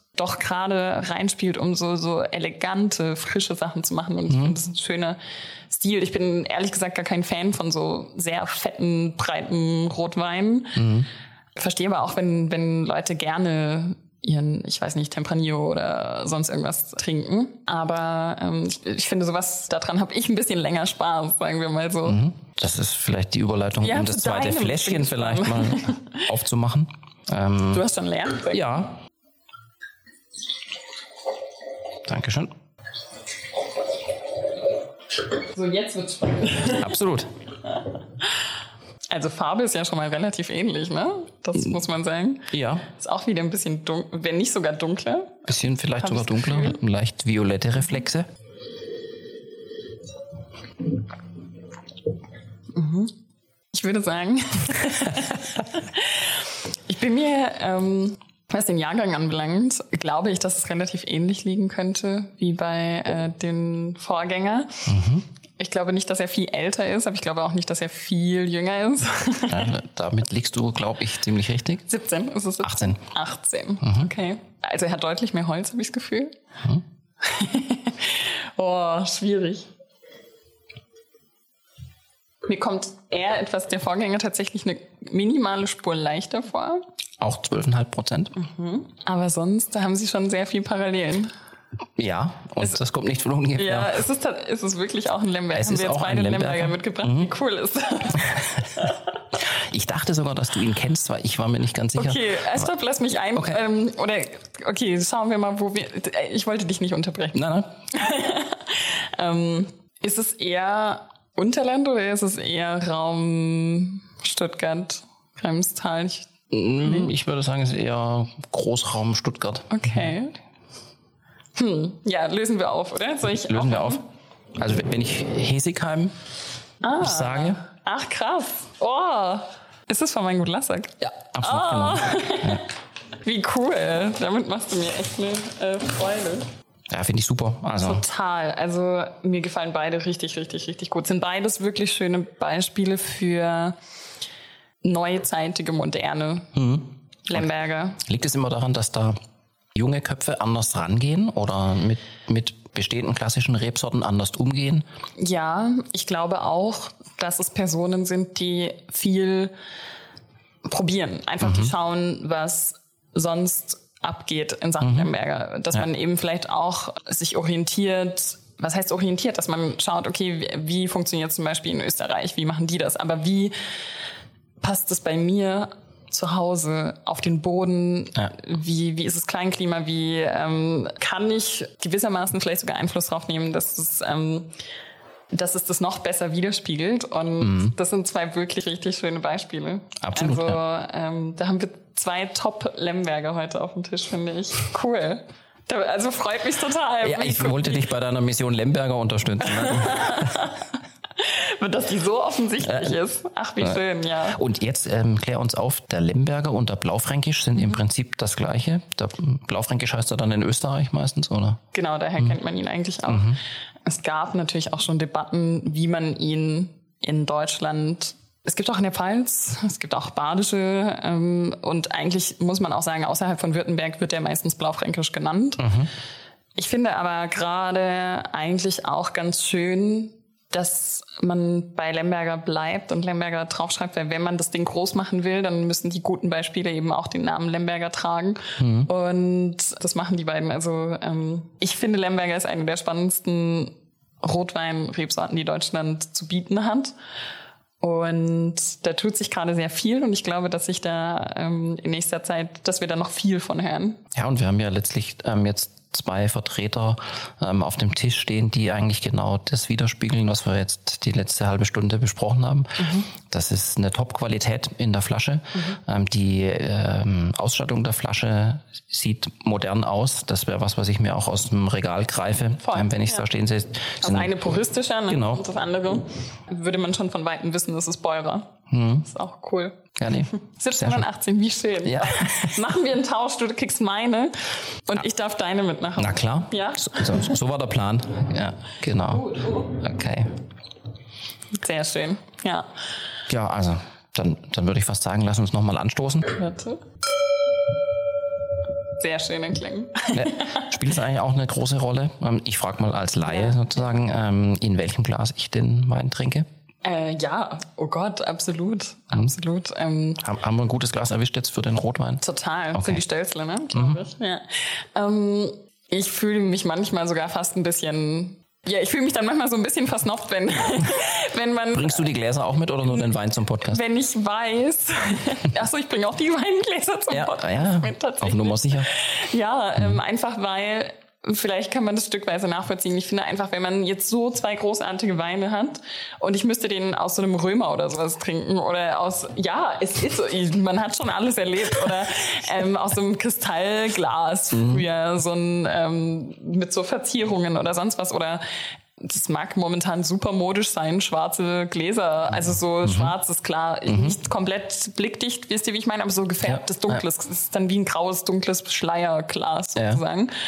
doch gerade reinspielt, um so, so elegante, frische Sachen zu machen. Und ich mhm. finde, das ist ein schöner Stil. Ich bin ehrlich gesagt gar kein Fan von so sehr fetten, breiten Rotweinen. Mhm. Verstehe aber auch, wenn, wenn Leute gerne ihren, ich weiß nicht, Tempranillo oder sonst irgendwas trinken. Aber ähm, ich, ich finde sowas, daran habe ich ein bisschen länger Spaß, sagen wir mal so. Mhm. Das ist vielleicht die Überleitung, ja, um das zweite Fläschchen vielleicht mal aufzumachen. Ähm, du hast schon leer? Ja. Dankeschön. So, jetzt wird's spannend. Absolut. Also Farbe ist ja schon mal relativ ähnlich, ne? Das muss man sagen. Ja. Ist auch wieder ein bisschen dunkel, wenn nicht sogar dunkler. Bisschen vielleicht sogar dunkler, leicht violette Reflexe. Mhm. Ich würde sagen, ich bin mir, ähm, was den Jahrgang anbelangt, glaube ich, dass es relativ ähnlich liegen könnte wie bei äh, den Vorgänger. Mhm. Ich glaube nicht, dass er viel älter ist, aber ich glaube auch nicht, dass er viel jünger ist. Ja, damit liegst du, glaube ich, ziemlich richtig. siebzehn ist es? achtzehn. achtzehn, mhm. Okay. Also er hat deutlich mehr Holz, habe ich das Gefühl. Mhm. Oh, schwierig. Mir kommt eher etwas der Vorgänger tatsächlich eine minimale Spur leichter vor. Auch zwölf Komma fünf Prozent. Mhm. Aber sonst, da haben sie schon sehr viel Parallelen. Ja, und es, das kommt nicht von ungefähr. Ja, es ist, es ist wirklich auch ein Lemberger. Es ist haben wir jetzt auch beide ein Lemberger Lemberger mitgebracht. Mhm. Wie cool ist das? Ich dachte sogar, dass du ihn kennst, weil ich war mir nicht ganz sicher. Okay, stopp, lass mich ein. Okay. Ähm, oder okay, schauen wir mal, wo wir. Ich wollte dich nicht unterbrechen. Nein, nein. ähm, ist es eher Unterland oder ist es eher Raum Stuttgart, Kremstal? Ich, nee. ich würde sagen, es ist eher Großraum Stuttgart. Okay. Hm. Ja, lösen wir auf, oder? Soll ich lösen wir auf. Also wenn ich Hesigheim ah. sage. Ach krass. Oh. Ist das von Weingut Lassack? Ja, absolut. Oh. Genau. Ja. Wie cool. Damit machst du mir echt eine äh, Freude. Ja, finde ich super. Also. Total. Also mir gefallen beide richtig, richtig, richtig gut. Sind beides wirklich schöne Beispiele für neuzeitige, moderne mhm. Lemberger. Liegt es immer daran, dass da junge Köpfe anders rangehen oder mit, mit bestehenden klassischen Rebsorten anders umgehen? Ja, ich glaube auch, dass es Personen sind, die viel probieren. Einfach mhm. die schauen, was sonst abgeht in Sachen mhm. Lemberger. Dass ja. man eben vielleicht auch sich orientiert. Was heißt orientiert? Dass man schaut, okay, wie, wie funktioniert zum Beispiel in Österreich? Wie machen die das? Aber wie passt es bei mir zu Hause auf den Boden? Ja. Wie, wie ist das Kleinklima? Wie ähm, kann ich gewissermaßen vielleicht sogar Einfluss drauf nehmen, dass es, ähm, dass es das noch besser widerspiegelt? Und mhm. das sind zwei wirklich richtig schöne Beispiele. Absolut. Also ja. ähm, da haben wir zwei Top-Lemberger heute auf dem Tisch, finde ich. Cool. Also freut mich total. Ja, ich wollte dich bei deiner Mission Lemberger unterstützen. Dass die so offensichtlich äh, ist. Ach, wie äh. schön, ja. Und jetzt ähm, klär uns auf, der Lemberger und der Blaufränkisch sind mhm. im Prinzip das Gleiche. Der Blaufränkisch heißt er dann in Österreich meistens, oder? Genau, daher mhm. kennt man ihn eigentlich auch. Mhm. Es gab natürlich auch schon Debatten, wie man ihn in Deutschland... Es gibt auch in der Pfalz, es gibt auch Badische ähm, und eigentlich muss man auch sagen, außerhalb von Württemberg wird der meistens Blaufränkisch genannt. Mhm. Ich finde aber gerade eigentlich auch ganz schön, dass man bei Lemberger bleibt und Lemberger draufschreibt, weil wenn man das Ding groß machen will, dann müssen die guten Beispiele eben auch den Namen Lemberger tragen. Mhm. Und das machen die beiden. Also ähm, ich finde, Lemberger ist eine der spannendsten Rotwein-Rebsorten, die Deutschland zu bieten hat. Und da tut sich gerade sehr viel und ich glaube, dass sich da ähm, in nächster Zeit, dass wir da noch viel von hören. Ja, und wir haben ja letztlich ähm, jetzt zwei Vertreter ähm, auf dem Tisch stehen, die eigentlich genau das widerspiegeln, was wir jetzt die letzte halbe Stunde besprochen haben. Mhm. Das ist eine Top-Qualität in der Flasche. Mhm. Ähm, die ähm, Ausstattung der Flasche sieht modern aus. Das wäre was, was ich mir auch aus dem Regal greife, ähm, wenn ich es ja. da stehen sehe. Also eine puristische, ne? Genau. Und das andere würde man schon von Weitem wissen, das ist Beurer. Mhm. Das ist auch cool. Ja, nee. siebzehn und achtzehn, wie schön. Ja. Machen wir einen Tausch, du kriegst meine und ja. ich darf deine mitmachen. Na klar. Ja. So, so, so war der Plan. Ja, genau. Okay. Sehr schön. Ja. Ja, also dann, dann würde ich fast sagen, lass uns nochmal anstoßen. Warte. sehr schönen Klängen. Ja. Spielt es eigentlich auch eine große Rolle? Ich frage mal als Laie ja. sozusagen, in welchem Glas ich den Wein trinke? Äh, ja, oh Gott, absolut, mhm. absolut. Ähm, haben wir ein gutes Glas erwischt jetzt für den Rotwein? Total, okay. Für die Stölzle, ne, glaube mhm. ich. Ja. Ähm, ich fühle mich manchmal sogar fast ein bisschen... Ja, ich fühle mich dann manchmal so ein bisschen versnopft, wenn, wenn man... Bringst du die Gläser auch mit oder nur den Wein zum Podcast? Wenn ich weiß... Achso, ich bringe auch die Weingläser zum ja, Podcast ja, mit, tatsächlich. Auf Nummer sicher. Ja, ähm, mhm. einfach weil... Vielleicht kann man das stückweise nachvollziehen. Ich finde einfach, wenn man jetzt so zwei großartige Weine hat und ich müsste den aus so einem Römer oder sowas trinken oder aus, ja, es ist so, man hat schon alles erlebt oder ähm, aus so einem Kristallglas mhm. früher, so ein ähm, mit so Verzierungen oder sonst was oder das mag momentan super modisch sein, schwarze Gläser, also so mhm. schwarz ist klar, mhm. nicht komplett blickdicht, wisst ihr, wie ich meine, aber so gefärbtes, ja. dunkles, das ist dann wie ein graues, dunkles Schleierglas sozusagen. Ja.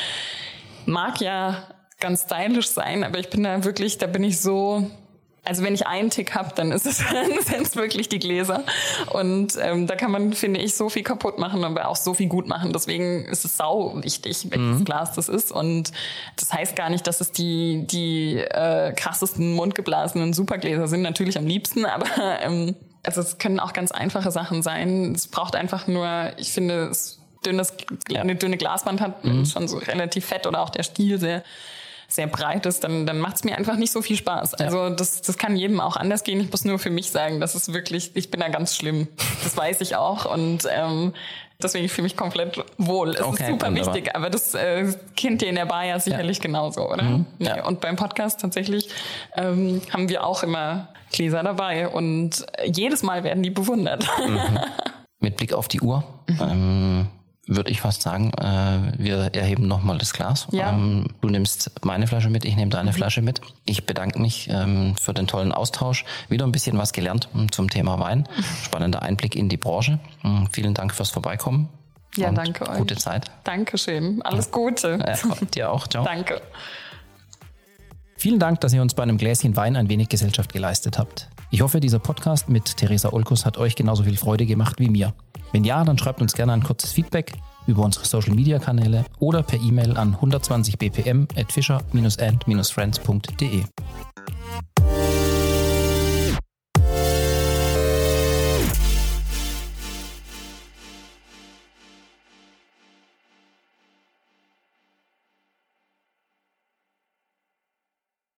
Mag ja ganz stylisch sein, aber ich bin da wirklich, da bin ich so, also wenn ich einen Tick habe, dann ist es, dann sind es wirklich die Gläser und ähm, da kann man, finde ich, so viel kaputt machen, aber auch so viel gut machen, deswegen ist es sau wichtig, welches mhm. Glas das ist und das heißt gar nicht, dass es die die äh, krassesten mundgeblasenen Supergläser sind, natürlich am liebsten, aber ähm, also es können auch ganz einfache Sachen sein, es braucht einfach nur, ich finde, es dünnes, ja. eine dünne Glaswand hat, mhm. schon so relativ fett oder auch der Stiel sehr, sehr breit ist, dann, dann macht es mir einfach nicht so viel Spaß. Ja. Also das, das kann jedem auch anders gehen. Ich muss nur für mich sagen, das ist wirklich, ich bin da ganz schlimm. Das weiß ich auch und ähm, deswegen fühle ich mich komplett wohl. Es okay, ist super wunderbar. Wichtig, aber das äh, kennt ihr in der Bar ja sicherlich ja. genauso, oder? Mhm. Ja. Ja. Und beim Podcast tatsächlich ähm, haben wir auch immer Gläser dabei und jedes Mal werden die bewundert. Mhm. Mit Blick auf die Uhr. Mhm. Ähm würde ich fast sagen, äh, wir erheben nochmal das Glas. Ja. Ähm, du nimmst meine Flasche mit, ich nehme deine mhm. Flasche mit. Ich bedanke mich ähm, für den tollen Austausch. Wieder ein bisschen was gelernt ähm, zum Thema Wein. Spannender Einblick in die Branche. Ähm, vielen Dank fürs Vorbeikommen. Ja, danke euch. Gute Zeit. Dankeschön. Alles Gute. Ja, dir auch. Ciao. Danke. Vielen Dank, dass ihr uns bei einem Gläschen Wein ein wenig Gesellschaft geleistet habt. Ich hoffe, dieser Podcast mit Theresa Olkus hat euch genauso viel Freude gemacht wie mir. Wenn ja, dann schreibt uns gerne ein kurzes Feedback über unsere Social-Media-Kanäle oder per E-Mail an hundertzwanzig b p m at fischer and friends punkt d e.